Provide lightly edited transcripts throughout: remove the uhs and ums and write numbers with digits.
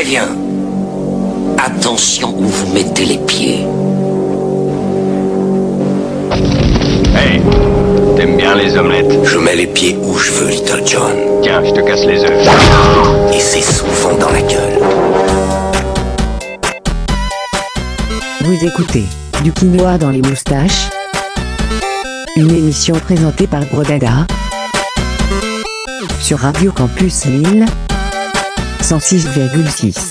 Bien. Attention où vous mettez les pieds. Hey, t'aimes bien les omelettes? Je mets les pieds où je veux, Little John. Tiens, je te casse les œufs. Et c'est souvent dans la gueule. Vous écoutez du quinoa dans les moustaches, une émission présentée par Brodada sur Radio Campus Lille 106,6.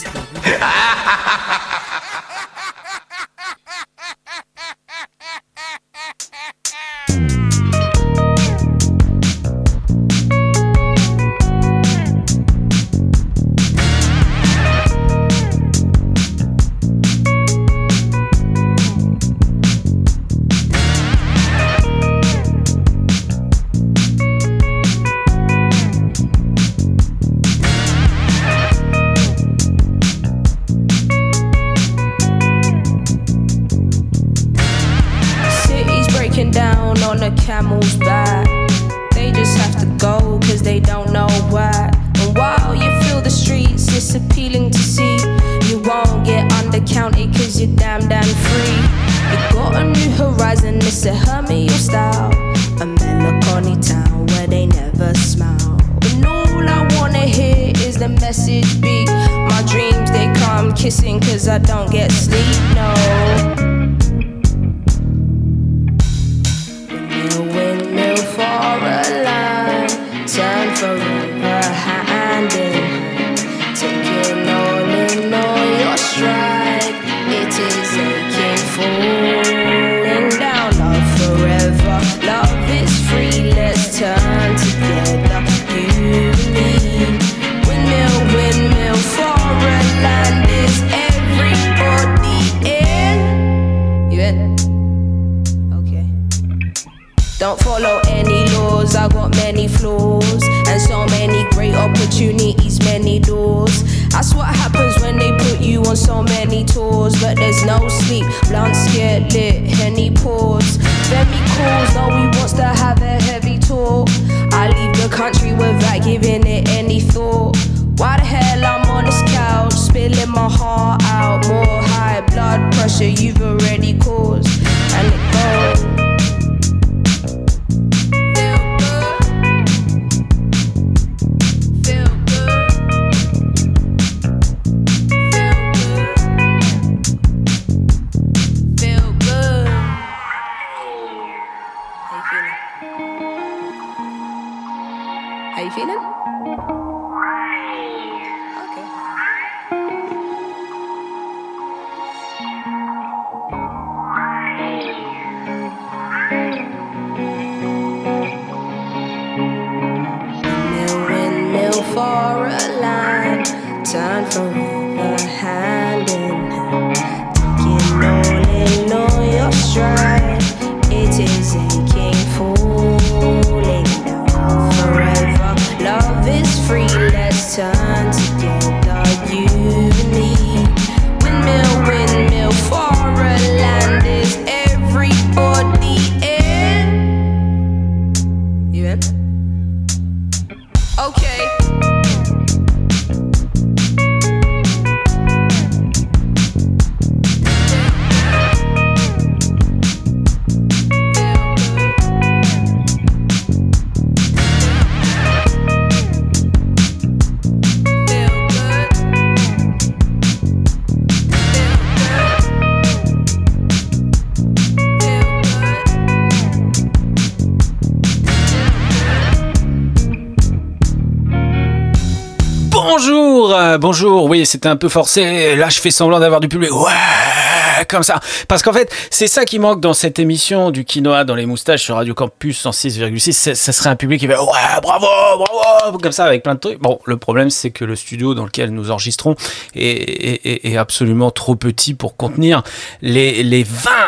Bonjour, oui, c'était un peu forcé. Là, je fais semblant d'avoir du public. Ouais, comme ça. Parce qu'en fait, c'est ça qui manque dans cette émission du quinoa dans les moustaches sur Radio Campus 106,6. Ça serait un public qui va ouais, bravo, bravo, comme ça, avec plein de trucs. Bon, le problème, c'est que le studio dans lequel nous enregistrons est absolument trop petit pour contenir les 20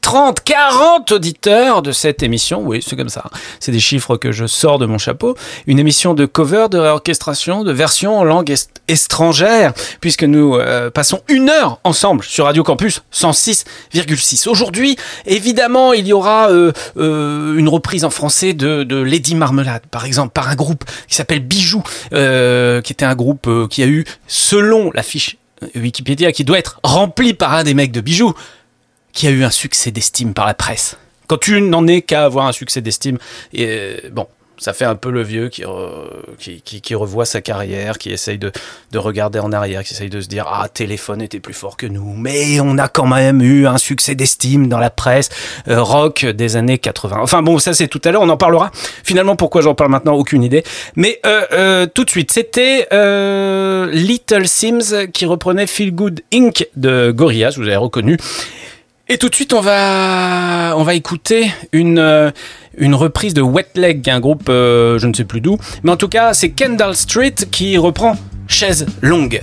30, 40 auditeurs de cette émission. Oui, c'est comme ça. C'est des chiffres que je sors de mon chapeau. Une émission de cover, de réorchestration, de version en langue étrangère, puisque nous passons 1 heure ensemble sur Radio Campus 106,6. Aujourd'hui, évidemment, il y aura une reprise en français de Lady Marmelade, par exemple, par un groupe qui s'appelle Bijoux, qui était un groupe qui a eu, selon la fiche Wikipédia, qui doit être remplie par un des mecs de Bijoux, qui a eu un succès d'estime par la presse. Quand tu n'en es qu'à avoir un succès d'estime, bon, ça fait un peu le vieux qui revoit sa carrière, qui essaye de regarder en arrière, qui essaye de se dire « Ah, Téléphone était plus fort que nous, mais on a quand même eu un succès d'estime dans la presse rock des années 80. » Enfin bon, ça c'est tout à l'heure, on en parlera. Finalement, pourquoi j'en parle maintenant, aucune idée. Mais tout de suite, c'était Little Sims qui reprenait Feel Good Inc. de Gorillaz, vous avez reconnu. Et tout de suite, on va écouter une reprise de Wet Leg, un groupe je ne sais plus d'où, mais en tout cas, c'est Kendall Street qui reprend Chaise Longue.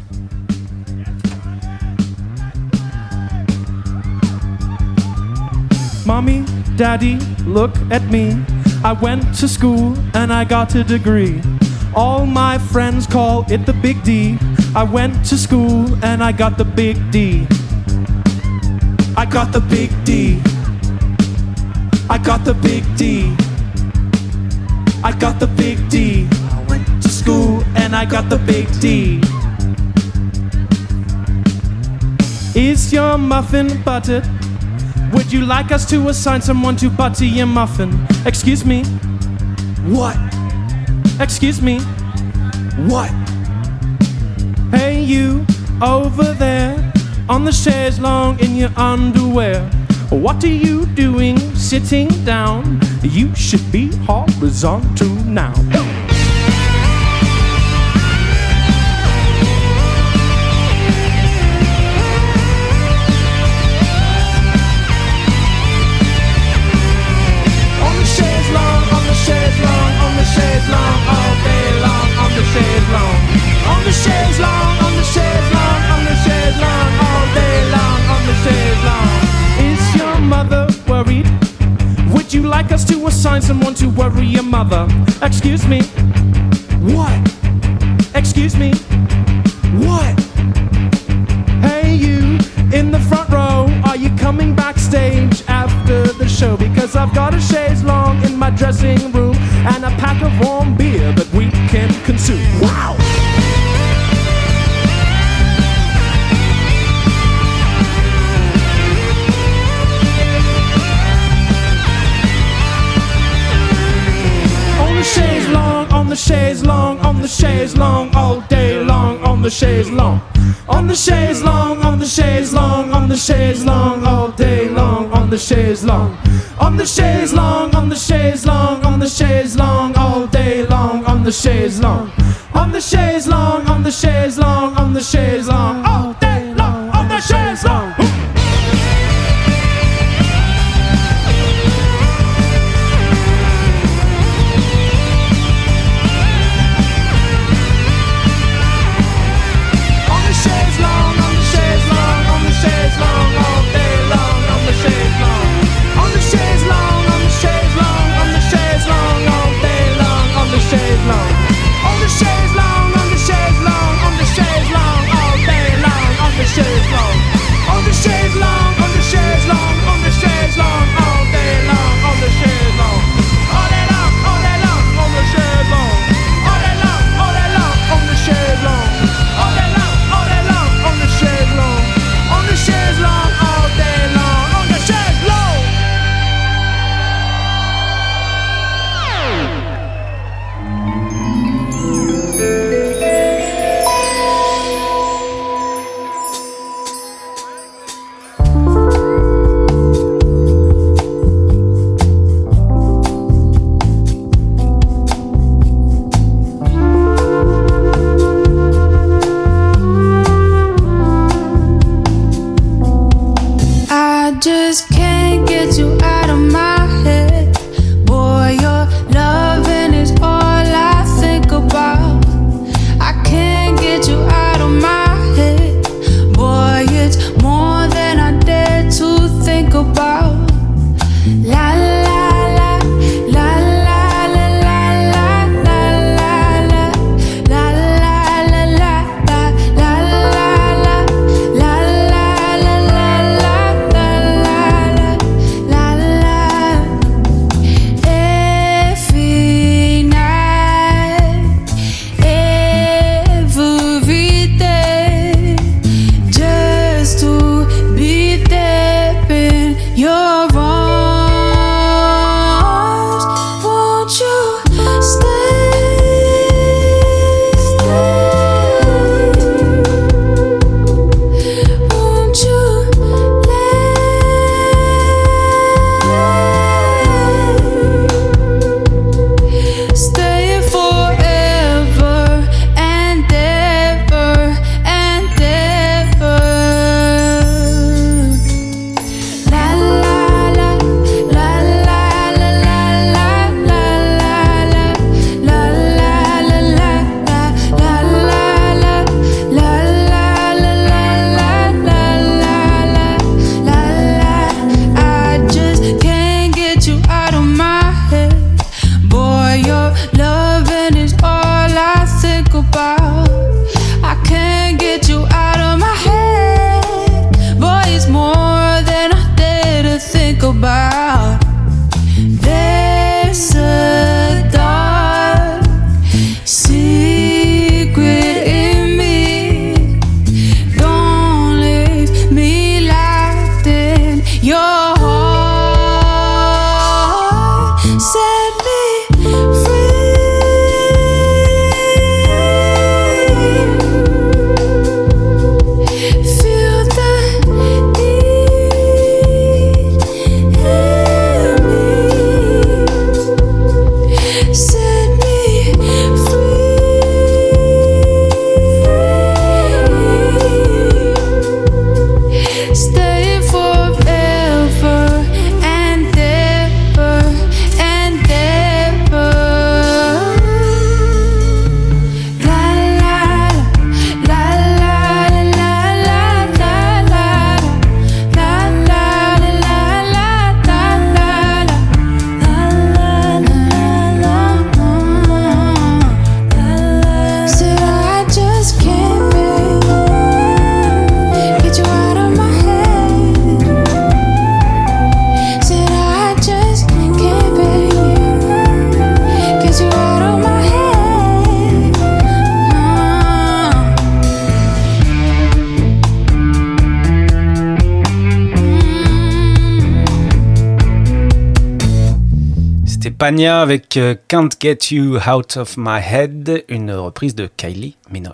Mommy, Daddy, look at me. I went to school and I got a degree. All my friends call it the Big D. I went to school and I got the Big D. I got the Big D. I got the Big D. I got the Big D. I went to school and I got the Big D. Is your muffin buttered? Would you like us to assign someone to butter your muffin? Excuse me? What? Excuse me? What? Hey you, over there on the chaise longue in your underwear. What are you doing sitting down? You should be horizontal now. On the chaise longue, on the chaise longue, on the chaise longue, all day long, on the chaise longue. On the chaise longue, on the chaise longue, on the chaise longue, all day long, on the chaise longue. Is your mother worried? Would you like us to assign someone to worry your mother? Excuse me? What? Excuse me? What? Hey you, in the front row, are you coming backstage after the show? Because I've got a chaise longue in my dressing room and a pack of warm beer that we can consume. Wow! On the chaise longue, on the chaise longue, on the chaise longue, all day long, on the chaise longue. On the chaise longue, on the chaise longue, on the chaise longue, all day long, on the chaise longue. On the chaise longue, on the chaise longue, on the chaise longue, all day long, on the chaise longue. On the chaise longue, on the chaise longue, on the chaise longue, all day long, on the chaise longue. On the chaise longue, all Pania avec Can't Get You Out of My Head, une reprise de Kylie Minogue.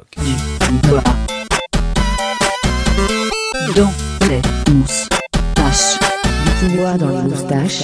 Dans les moustaches. Du quinoa dans les moustaches.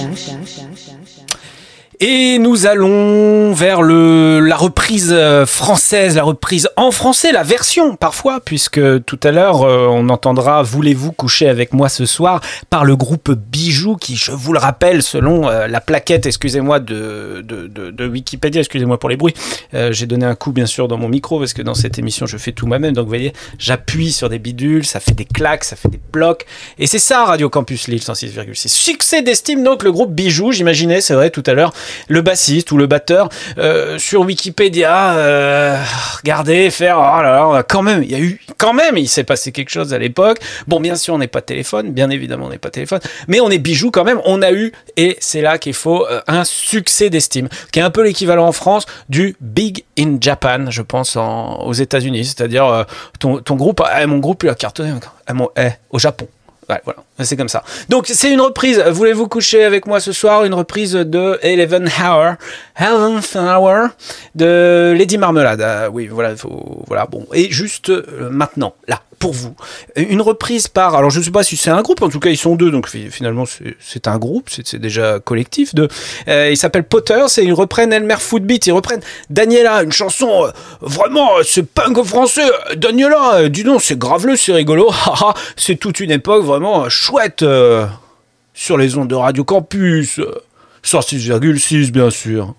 Et nous allons vers la reprise française, la reprise en français, la version parfois, puisque tout à l'heure on entendra « Voulez-vous coucher avec moi ce soir ?» par le groupe Bijoux qui, je vous le rappelle, selon la plaquette, excusez-moi, de Wikipédia, excusez-moi pour les bruits, j'ai donné un coup bien sûr dans mon micro parce que dans cette émission je fais tout moi-même, donc vous voyez, j'appuie sur des bidules, ça fait des claques, ça fait des blocs, et c'est ça Radio Campus Lille 106,6. Succès d'estime donc le groupe Bijoux, j'imaginais, c'est vrai tout à l'heure, le bassiste ou le batteur sur Wikipédia regarder, faire oh là là, quand même il s'est passé quelque chose à l'époque. Bon, bien sûr on n'est pas téléphone, bien évidemment on n'est pas téléphone, mais on est Bijoux quand même, on a eu, et c'est là qu'il faut un succès d'estime qui est un peu l'équivalent en France du Big in Japan, je pense aux États-Unis, c'est-à-dire ton groupe, mon groupe il a cartonné au Japon. Ouais, voilà, c'est comme ça. Donc c'est une reprise, Voulez-vous coucher avec moi ce soir, une reprise de 11th Hour de Lady Marmalade. Oui, voilà, voilà, bon. Et juste maintenant, là, pour vous, une reprise par, alors je ne sais pas si c'est un groupe, en tout cas ils sont deux, donc finalement c'est un groupe, c'est déjà collectif. Ils s'appellent Potters et ils reprennent Elmer Footbeat, ils reprennent Daniela, une chanson vraiment, c'est punk français. Daniela, dis donc, c'est graveleux, c'est rigolo, c'est toute une époque vraiment chouette sur les ondes de Radio Campus, 106,6 bien sûr.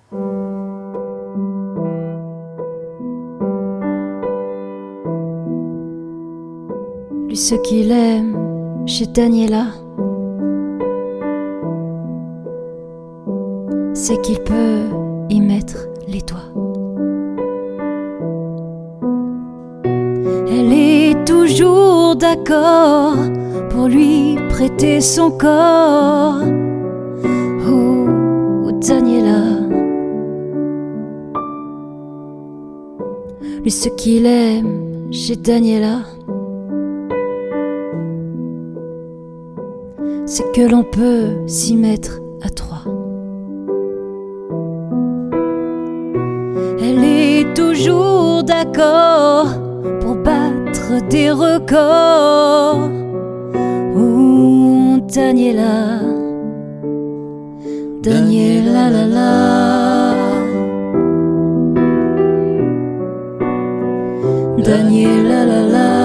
Lui, ce qu'il aime chez Daniela, c'est qu'il peut y mettre les doigts. Elle est toujours d'accord pour lui prêter son corps. Oh, Daniela. Lui, ce qu'il aime chez Daniela, c'est que l'on peut s'y mettre à trois. Elle est toujours d'accord pour battre des records. Ouh, Daniela, Daniela la la, Daniela la la.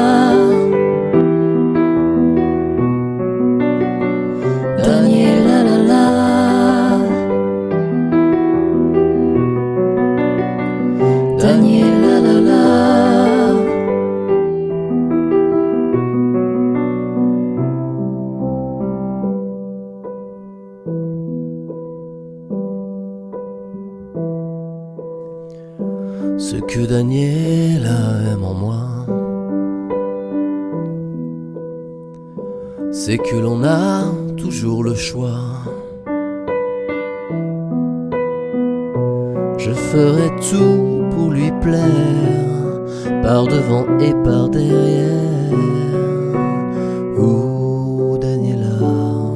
Ce que Daniela aime en moi, c'est que l'on a toujours le choix. Je ferai tout pour lui plaire, par devant et par derrière. Oh, Daniela.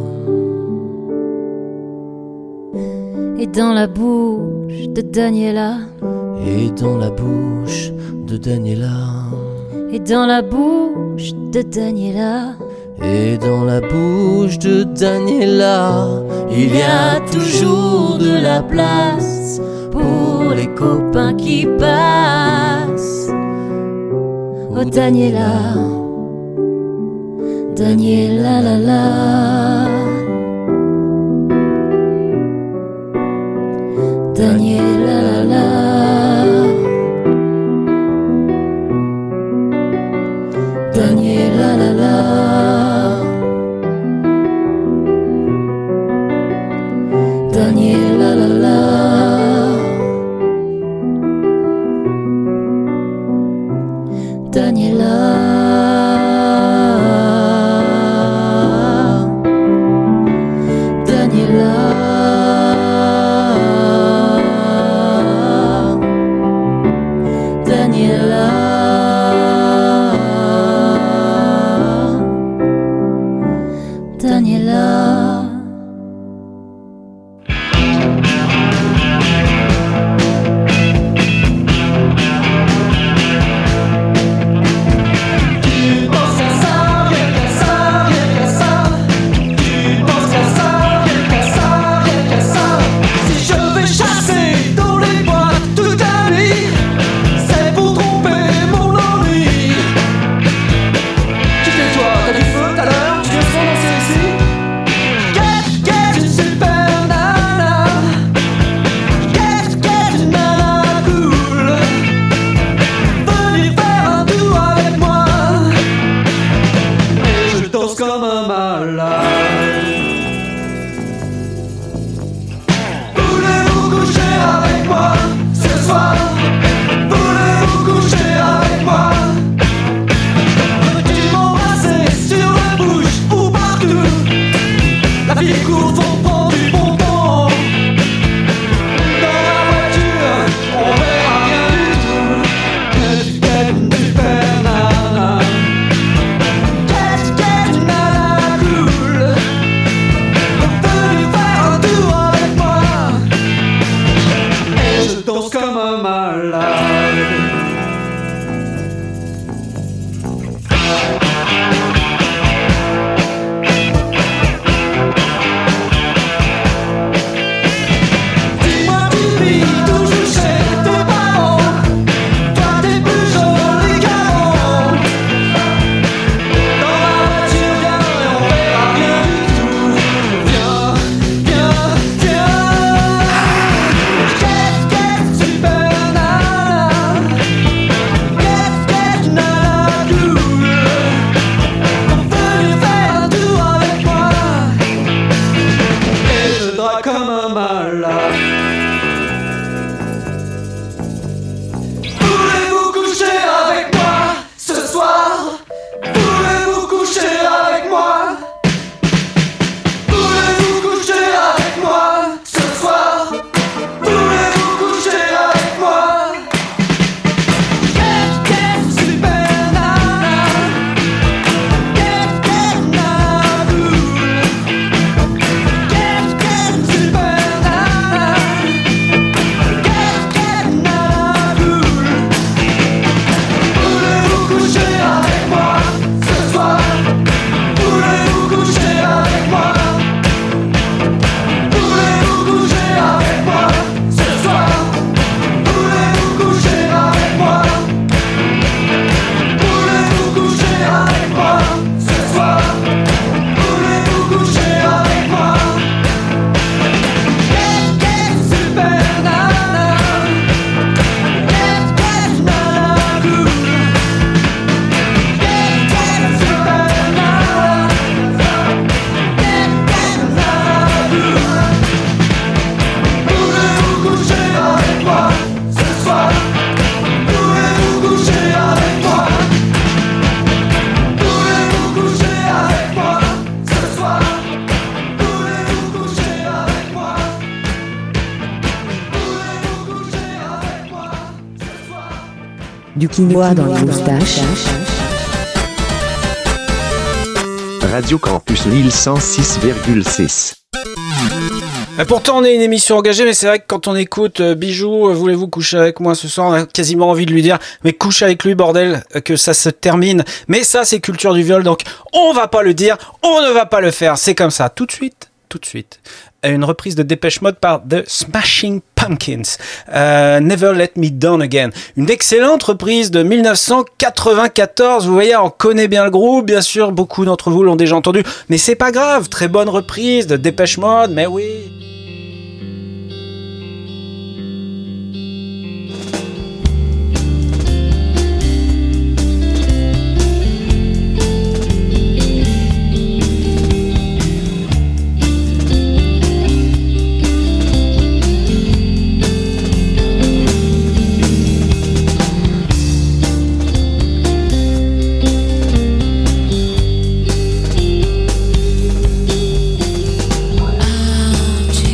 Et dans la bouche de Daniela, et dans la bouche de Daniela, et dans la bouche de Daniela, et dans la bouche de Daniela, il y a toujours de la place pour les copains qui passent. Oh Daniela, Daniela la la, Daniela la la. Daniela la la, Daniela la la, Daniela, Daniela. come of my life. Du quinoa dans les moustaches. Radio Campus Lille 106,6. Pourtant, on est une émission engagée, mais c'est vrai que quand on écoute Bijou, voulez-vous coucher avec moi ce soir, on a quasiment envie de lui dire mais couche avec lui, bordel, que ça se termine. Mais ça, c'est culture du viol, donc on va pas le dire, on ne va pas le faire. C'est comme ça. Tout de suite. Une reprise de Dépêche Mode par The Smashing Pumpkins, Never Let Me Down Again. Une excellente reprise de 1994. Vous voyez, on connaît bien le groupe, bien sûr, beaucoup d'entre vous l'ont déjà entendu, mais c'est pas grave, très bonne reprise de Dépêche Mode, mais oui. I'll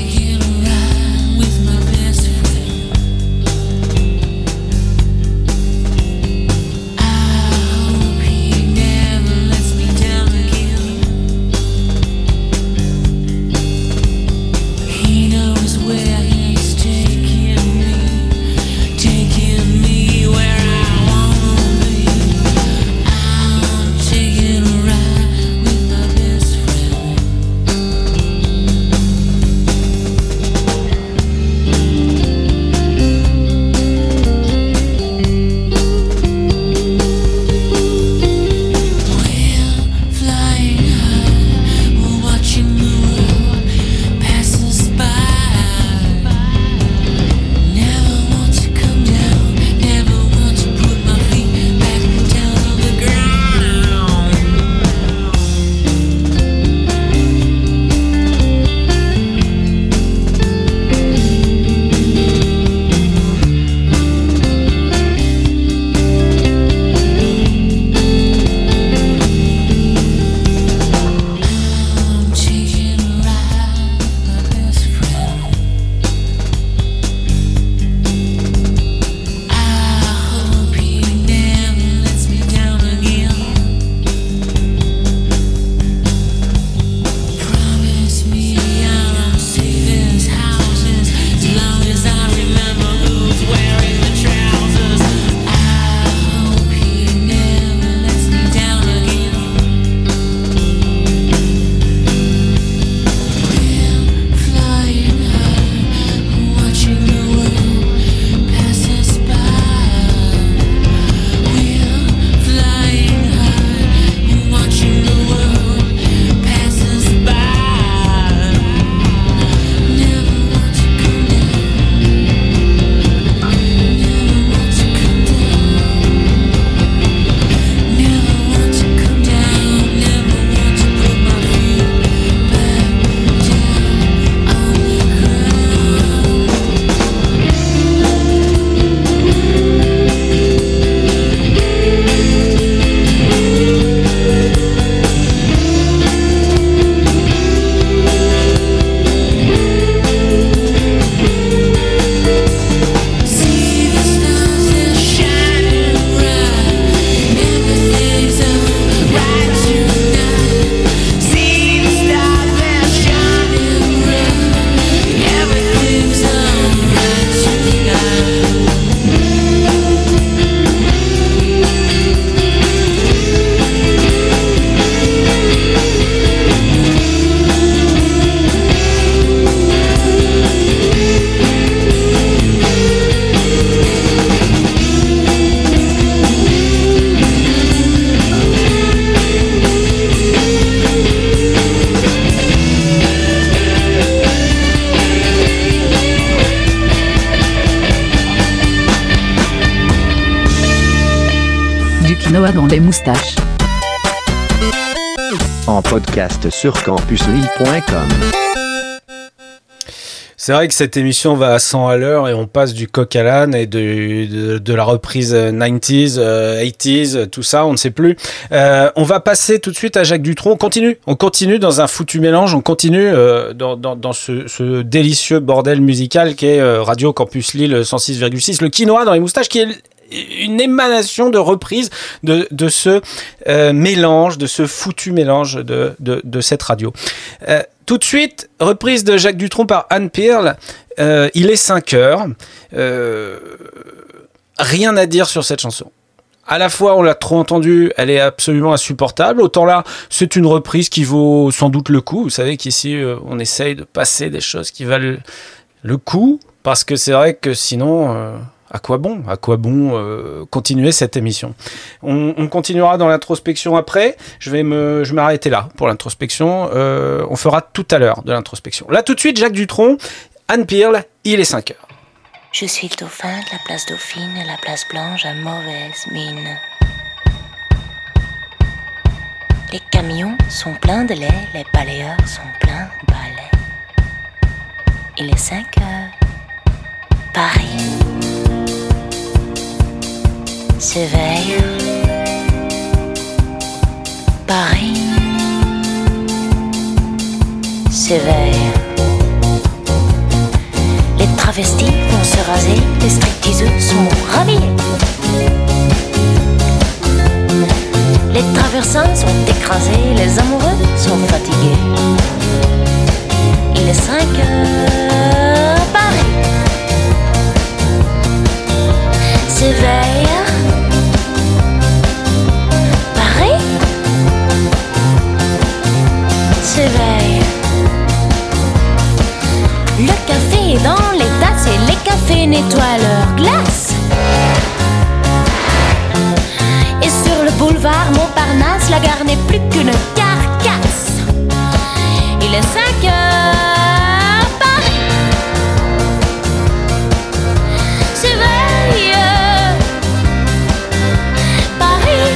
quinoa dans les moustaches. En podcast sur campuslille.com. C'est vrai que cette émission va à 100 à l'heure et on passe du coq à l'âne et de la reprise 90s, 80s, tout ça, on ne sait plus. On va passer tout de suite à Jacques Dutronc. On continue dans un foutu mélange, on continue dans ce délicieux bordel musical qu'est Radio Campus Lille 106,6. Le quinoa dans les moustaches qui est une émanation de reprise de ce mélange, de ce foutu mélange de cette radio. Tout de suite, reprise de Jacques Dutronc par Anne Pearl. Il est 5 heures. Rien à dire sur cette chanson. À la fois, on l'a trop entendue, elle est absolument insupportable. Autant là, c'est une reprise qui vaut sans doute le coup. Vous savez qu'ici, on essaye de passer des choses qui valent le coup. Parce que c'est vrai que sinon... À quoi bon continuer cette émission? On continuera dans l'introspection après. Je vais m'arrêter là pour l'introspection. On fera tout à l'heure de l'introspection. Là, tout de suite, Jacques Dutronc, Anne Pearl, il est 5 heures. Je suis le dauphin de la place Dauphine et la place Blanche à mauvaise mine. Les camions sont pleins de lait, les balayeurs sont pleins de balais. Il est 5 heures. Paris s'éveille. Paris s'éveille. Les travestis vont se raser, les stripteaseux sont rhabillés. Les traversins sont écrasés, les amoureux sont fatigués. Il est 5 heures, Paris s'éveille. Paris s'éveille. Le café est dans les tasses et les cafés nettoient leurs glaces. Et sur le boulevard Montparnasse, la gare n'est plus qu'une carcasse. Il est 5 heures, Paris s'éveille. Paris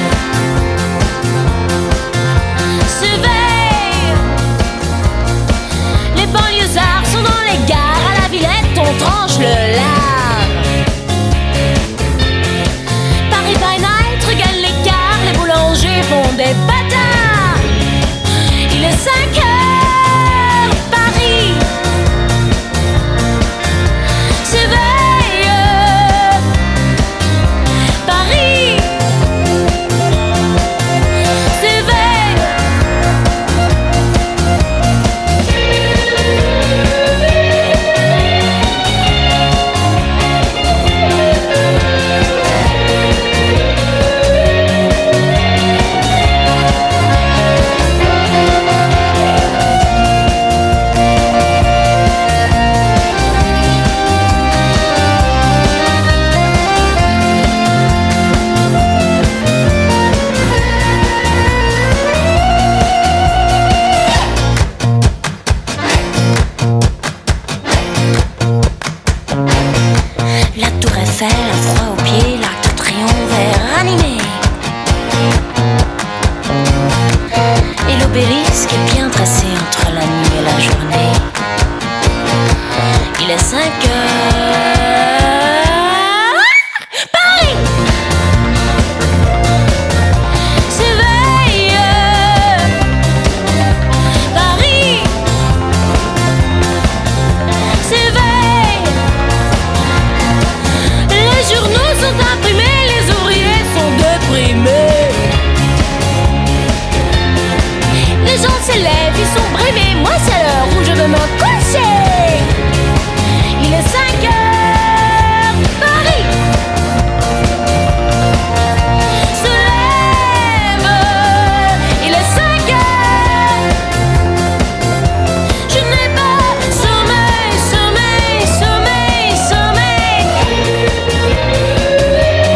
s'éveille. Les banlieusards sont dans les gares, à la Villette on tranche le lard. Paris by night regagne l'écart, les boulangers font des bâtards. Il est 5 heures, Paris s'éveille. Paris s'éveille. La tour Eiffel a froid aux pieds, l'Arc de Triomphe est ranimé. Et l'obélisque est bien tracé entre la nuit et la journée. Il est 5 heures. Paris s'éveille. Paris s'éveille. Les journaux sont imprimés, les ouvriers sont déprimés. Les gens s'élèvent, ils sont brimés. Moi c'est l'heure où je veux me coucher. Il est 5 heures, Paris se lève. Il est 5 heures. Je n'ai pas sommeil, sommeil, sommeil, sommeil.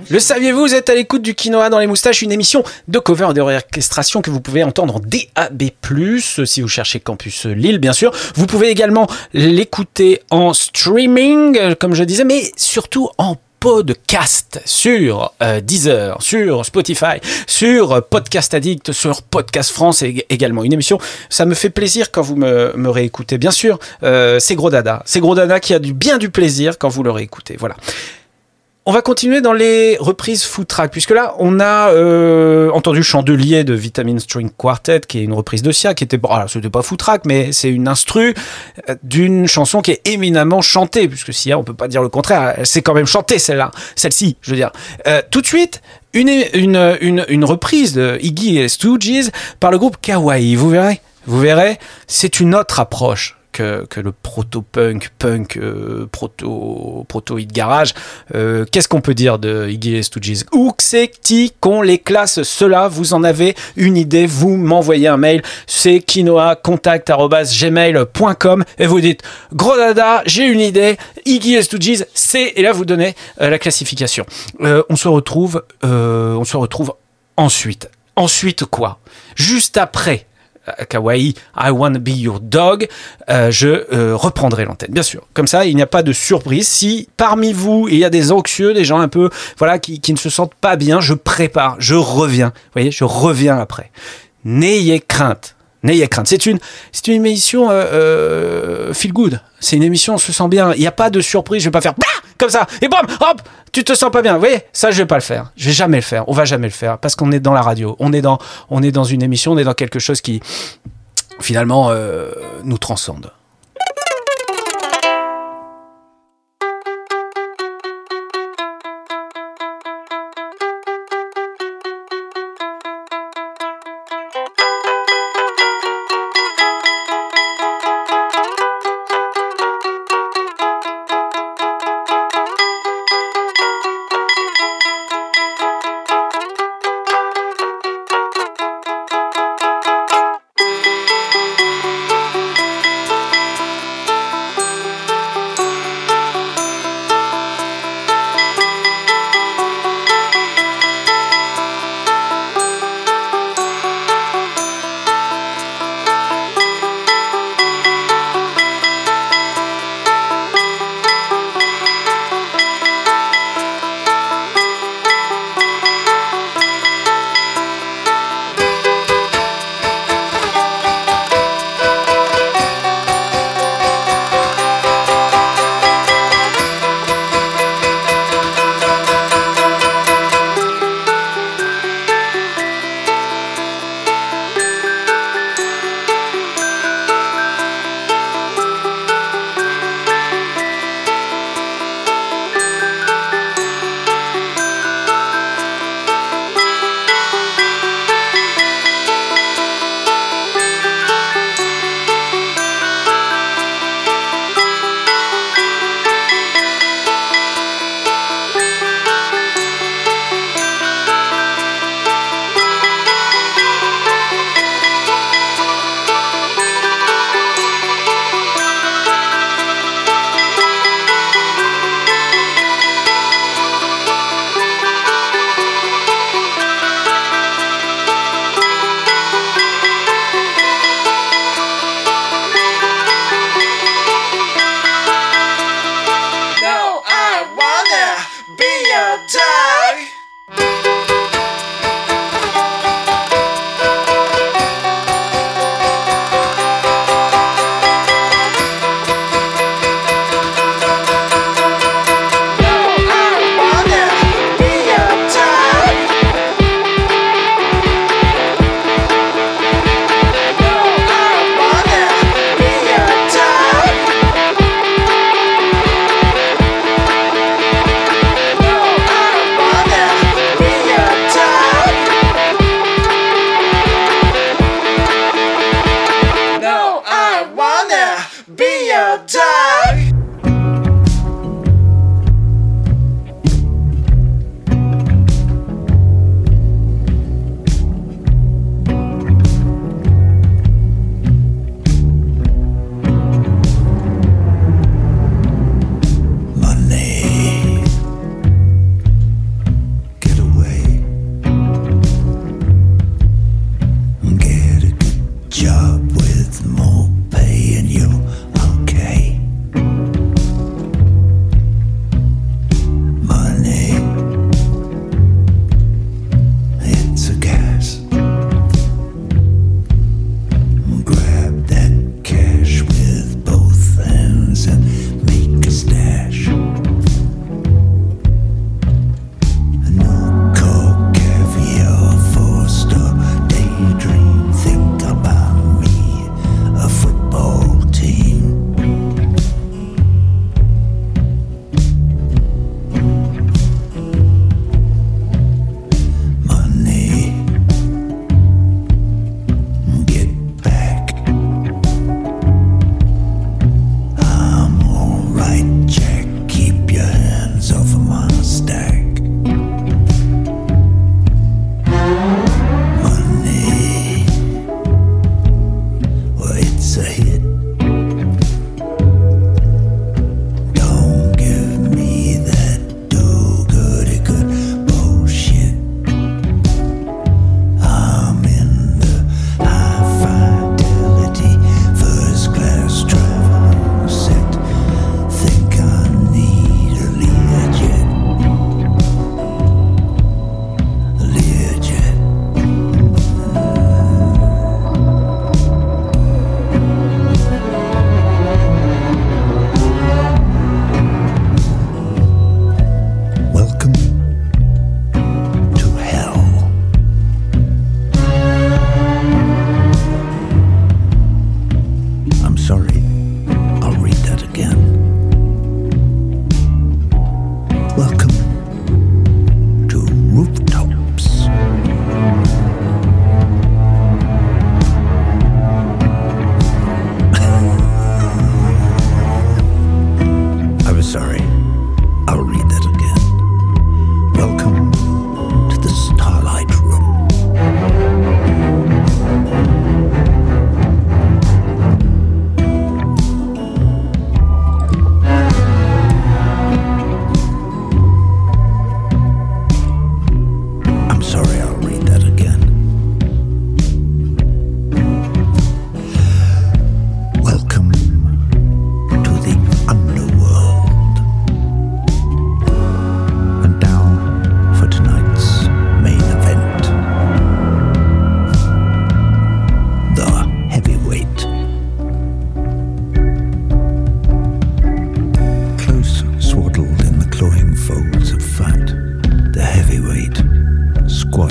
Le saviez-vous, vous êtes à l'écoute du Quinoa dans les moustaches, une émission de cover et de réorchestration que vous pouvez entendre en DAB+, si vous cherchez Campus Lille, bien sûr. Vous pouvez également l'écouter en streaming, comme je disais, mais surtout en podcast sur Deezer, sur Spotify, sur Podcast Addict, sur Podcast France et également une émission. Ça me fait plaisir quand vous me réécoutez. Bien sûr, c'est Gros Dada. C'est Gros Dada qui a bien du plaisir quand vous le réécoutez. Voilà. On va continuer dans les reprises footrack, puisque là, on a entendu Chandelier de Vitamin String Quartet, qui est une reprise de Sia, qui était, bon, alors, c'était pas footrack, mais c'est une instru d'une chanson qui est éminemment chantée, puisque Sia, on peut pas dire le contraire, elle s'est quand même chantée, celle-ci, je veux dire. Tout de suite, une reprise de Iggy et les Stooges par le groupe Kawaii. Vous verrez, c'est une autre approche que le proto-punk, proto-hit garage. Qu'est-ce qu'on peut dire de Iggy et Stooges? Où c'est qu'on les classe cela? Vous en avez une idée? Vous m'envoyez un mail, c'est quinoa@gmail.com et vous dites Gros Dada, j'ai une idée, Iggy et Stooges, et là vous donnez la classification. On se retrouve ensuite. Ensuite quoi? Juste après Kawaii, I Wanna Be Your Dog, je reprendrai l'antenne, bien sûr. Comme ça, il n'y a pas de surprise. Si parmi vous, il y a des anxieux, des gens un peu, voilà, qui ne se sentent pas bien, je prépare, je reviens. Vous voyez, je reviens après. N'ayez crainte. C'est une émission feel good. C'est une émission, on se sent bien. Il n'y a pas de surprise. Je vais pas faire comme ça et bam, hop, tu te sens pas bien. Vous voyez, ça je vais pas le faire. Je vais jamais le faire. On va jamais le faire parce qu'on est dans la radio. On est dans une émission. On est dans quelque chose qui finalement nous transcende.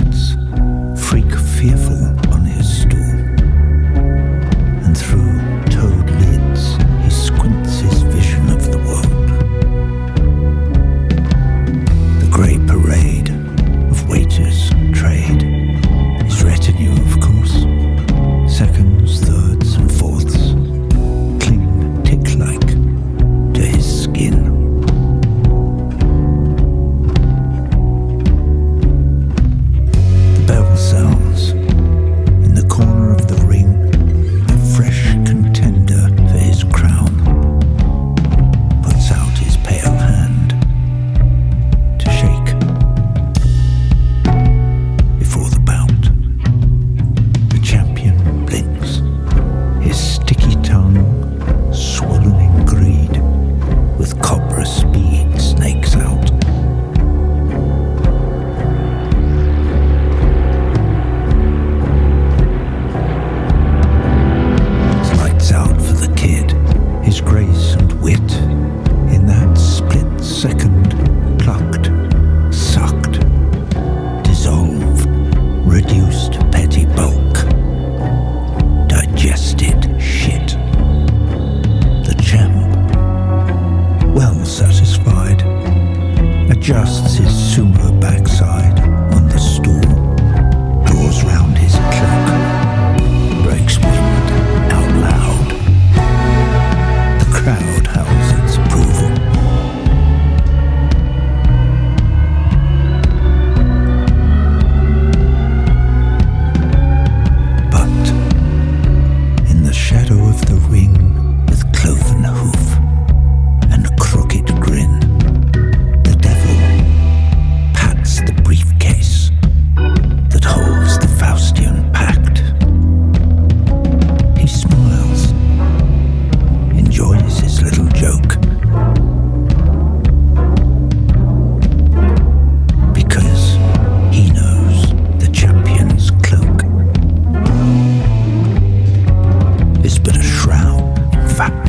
sits, freak fearful on his stool, and through toad lids he squints his vision of the world. The grey parade of waiters trade, his retinue of course, seconds, thirds and fourths, cling tick-like to his skin. Sounds in the corner of the ring, a fresh contender for his crown puts out his pale hand to shake before the bout. The champion blinks, his sticky tongue swollen in greed, with cobra speed snakes out. His grace and wit, in that split second, plucked, sucked, dissolved, reduced to petty bulk, digested shit. The champ, well satisfied, adjusts his sumo backside on the stool, draws round his cloak, breaks wind out loud. Crowd howls its approval. But in the shadow of the ring, with cloven hoof and crooked grin, the devil pats the briefcase that holds the Faustian pact. He smiles, enjoys his little joke, because he knows the champion's cloak is but a shroud, in fact.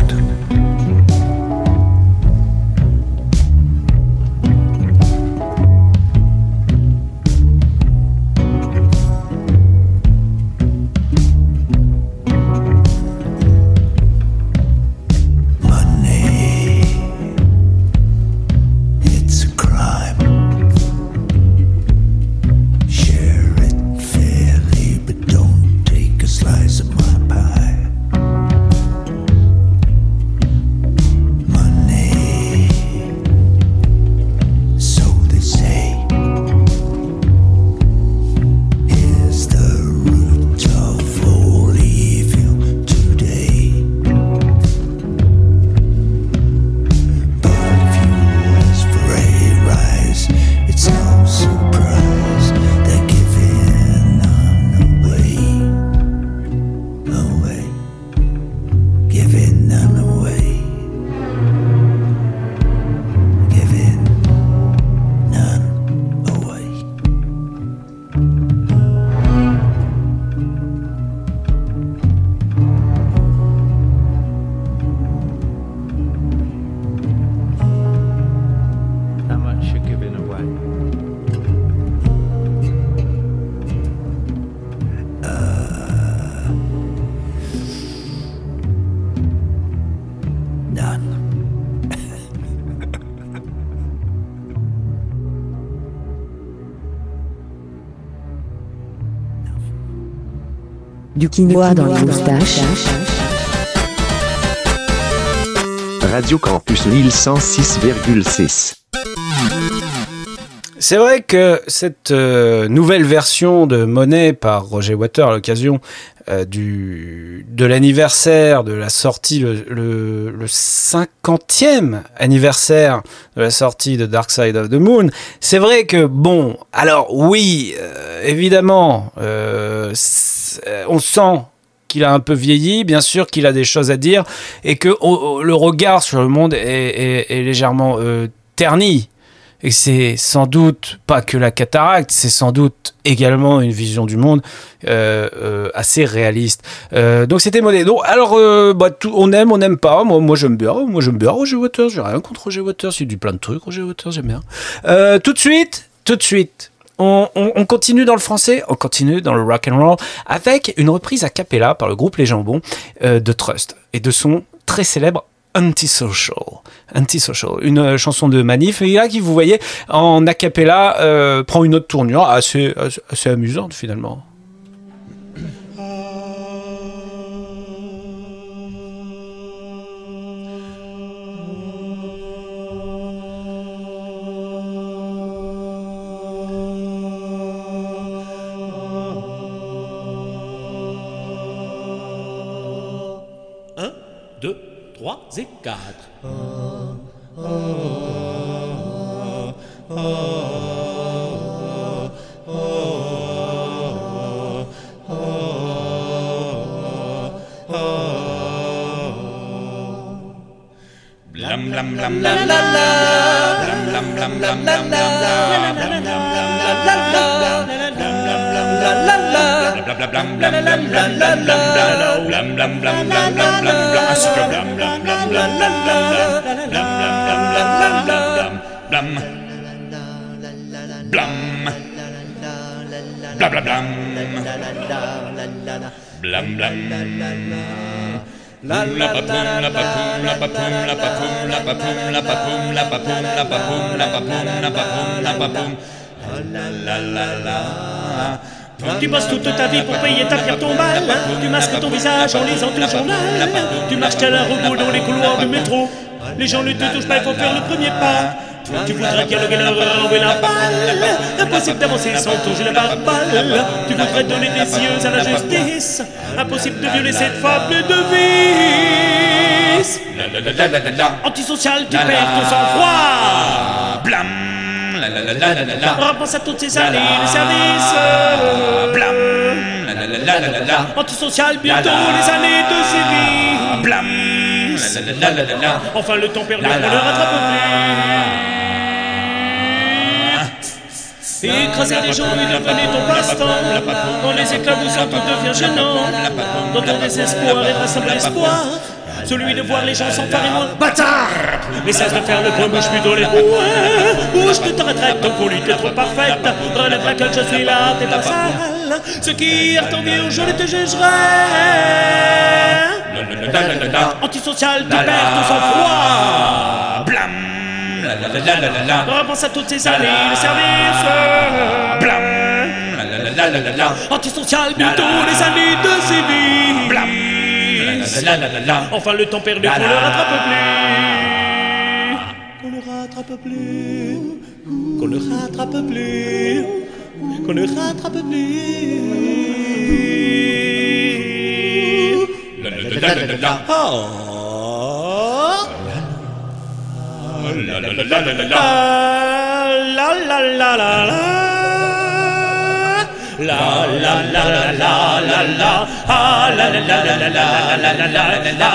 Du quinoa dans les moustaches. Radio Campus Lille 106,6. C'est vrai que cette nouvelle version de Monet par Roger Waters à l'occasion de l'anniversaire de la sortie, le 50e anniversaire de la sortie de Dark Side of the Moon, c'est vrai que bon, alors oui, évidemment, on sent qu'il a un peu vieilli, bien sûr qu'il a des choses à dire, et que le regard sur le monde est légèrement terni. Et c'est sans doute pas que la cataracte, c'est sans doute également une vision du monde assez réaliste. Donc c'était Monet. Donc alors on aime, on n'aime pas. Moi j'aime bien Roger Waters. J'ai rien contre Roger Waters. Il dit plein de trucs. Roger Waters, j'aime bien. Tout de suite, On continue dans le français, on continue dans le rock and roll avec une reprise a cappella par le groupe Les Jambons de Trust et de son très célèbre Antisocial, une chanson de Manif, et là qui, vous voyez, en a cappella prend une autre tournure assez amusante finalement. Et 4. Blam blam blam blam blam blam blam blam blam La la papum la papum la papum la papum la papum la papum la papum la papum la papum la papum la papum la la la la. Tu bosses toute ta vie pour payer ta pierre tombale. Tu masques ton visage en lisant ton journal. Tu marches tel un robot dans les couloirs du métro. Les gens ne te touchent pas, il faut faire le premier pas. Tu voudrais dialoguer leur enlever la balle. Impossible d'avancer sans toucher la balle. Tu voudrais donner des yeux à la justice. Impossible de violer cette fable de vice. Antisocial, tu perds ton sang-froid. Blam. Repense à toutes ces années de service. Blam. Antisocial, bientôt les années de série. Blam. Enfin le temps perdu, on ne le rattrape plus. Écraser les gens et devenir ton passe-temps. Dans les éclaboussant, tout devient gênant. Dans ton désespoir et rassemble l'espoir. Celui de voir les gens s'emparer moi. Bâtard! Mais cesse de faire le point, bouge plutôt les bouge de ta retraite, ton folie t'es trop parfaite. Relève la gueule, je suis là, t'es pas sale. Ce qui est envie, je ne te jugerai. Antisocial, tu perds ton sang-froid. Blam. Repense à toutes ces années de service. Blam. Antisocial, bientôt les années de série. Blam. Enfin le temps perdu, qu'on ne rattrape plus. Qu'on ne rattrape plus. Qu'on ne rattrape plus. Qu'on ne rattrape plus. La la la la la la la ah la la la la la la la la la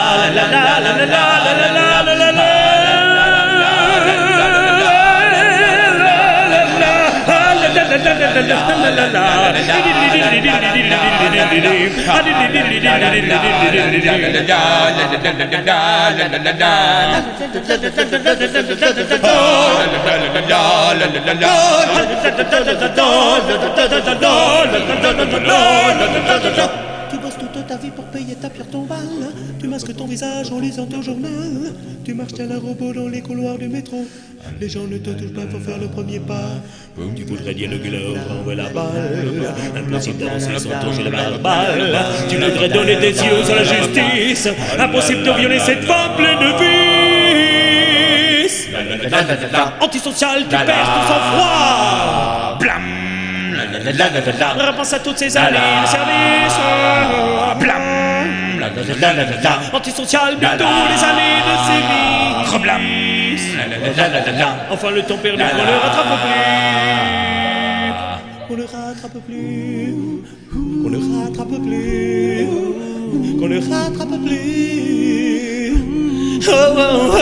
Tu bosses toute ta vie pour payer ta pierre tombale. Tu masques ton visage en lisant ton journal. Tu marches tel un robot dans les couloirs du métro. Les gens ne te touchent pas, faut faire le premier pas. Tu voudrais dialoguer leur renvoyer la balle. Impossible d'avancer sans toucher la balle. Tu voudrais donner des yeux à la justice. Impossible de violer cette femme pleine de vices. Antisocial, tu perds ton sang-froid. Blam. Repense à toutes ces années de service. Blam. Antisocial, bientôt les années de série. Blam. Enfin le temps perdu, on ne le rattrape plus. On ne rattrape plus. On ne rattrape plus. Qu'on ne rattrape plus. Oh oh oh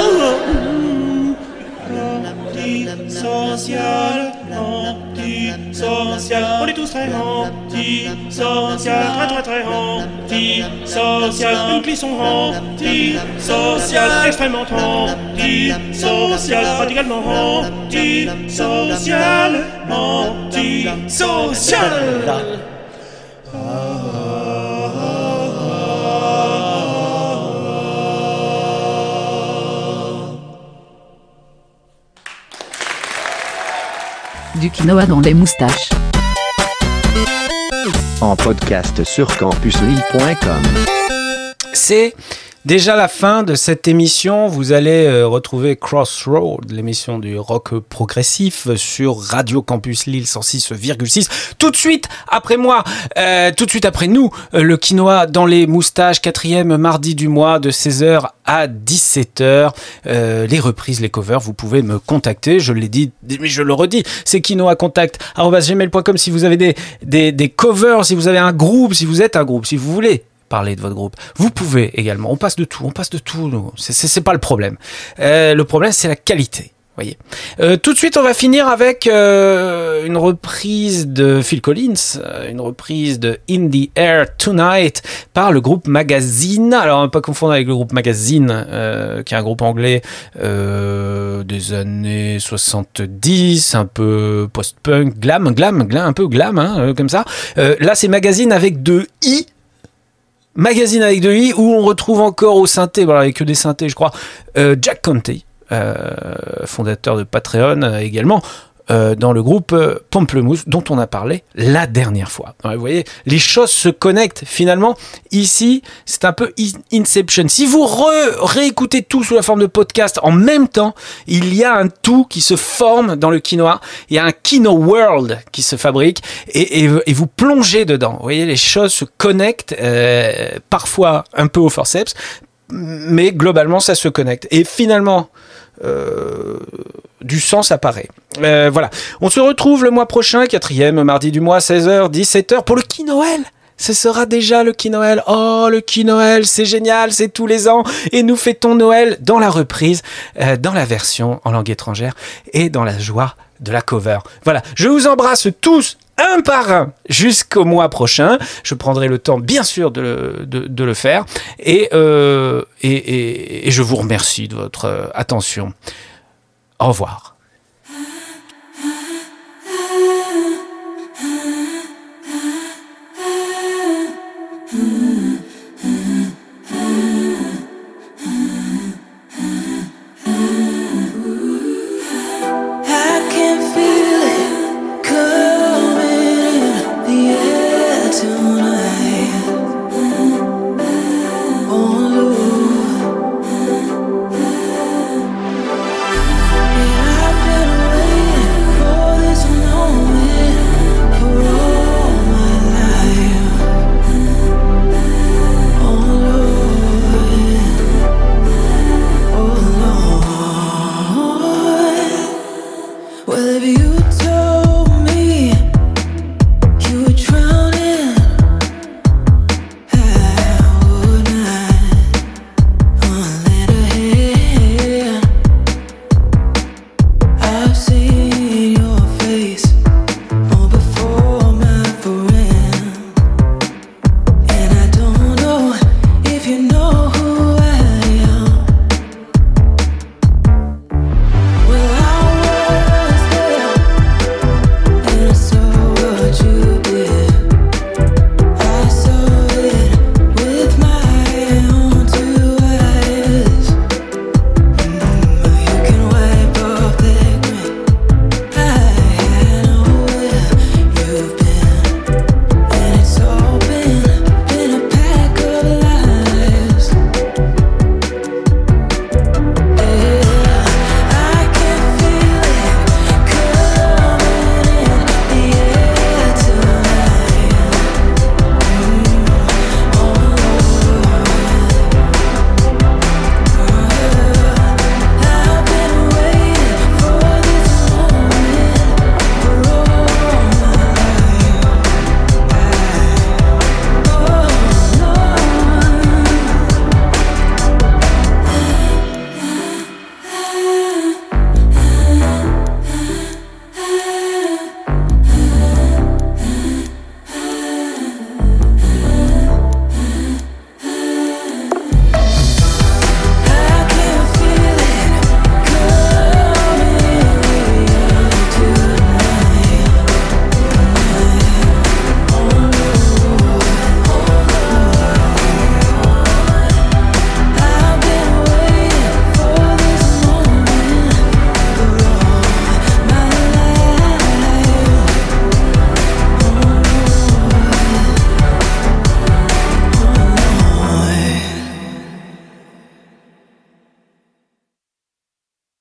oh. Antisocial, antisocial. anti-social. On est tous très anti-social, très très très anti-social. Une clisson anti-social, extrêmement anti-social, radicalement anti-social, anti-social. Du quinoa dans les moustaches. En podcast sur campuslille.com. C'est déjà la fin de cette émission. Vous allez retrouver Crossroad, l'émission du rock progressif sur Radio Campus Lille 106,6. Tout de suite après moi, tout de suite après nous, le quinoa dans les moustaches, 4e mardi du mois de 16h à 17h. Les reprises, les covers, vous pouvez me contacter. Je l'ai dit, mais je le redis, c'est quinoacontact@gmail.com si vous avez des covers, si vous avez un groupe, si vous êtes un groupe, si vous voulez parler de votre groupe. Vous pouvez également. On passe de tout. Nous. C'est pas le problème. Le problème, c'est la qualité. Voyez. Tout de suite, on va finir avec une reprise de Phil Collins, une reprise de In the Air Tonight par le groupe Magazine. Alors, ne pas confondre avec le groupe Magazine, qui est un groupe anglais des années 70, un peu post-punk, glam, un peu glam, hein, comme ça. Là, c'est Magazine avec 2 I. Magazine avec 2 I, où on retrouve encore au synthé, voilà, avec que des synthés, je crois, Jack Conte, fondateur de Patreon également, dans le groupe Pamplemousse, dont on a parlé la dernière fois. Ouais, vous voyez, les choses se connectent finalement. Ici, c'est un peu Inception. Si vous réécoutez tout sous la forme de podcast en même temps, il y a un tout qui se forme dans le quinoa. Il y a un Kino World qui se fabrique et vous plongez dedans. Vous voyez, les choses se connectent, parfois un peu au forceps, mais globalement, ça se connecte. Et finalement, du sens apparaît. Voilà. On se retrouve le mois prochain, 4e mardi du mois, 16h, 17h, pour le Quinoël. Ce sera déjà le Quinoël. Oh, le Quinoël, c'est génial, c'est tous les ans. Et nous fêtons Noël dans la reprise, dans la version en langue étrangère et dans la joie de la cover. Voilà. Je vous embrasse tous un par un jusqu'au mois prochain. Je prendrai le temps, bien sûr, de le faire. Et je vous remercie de votre attention. Au revoir.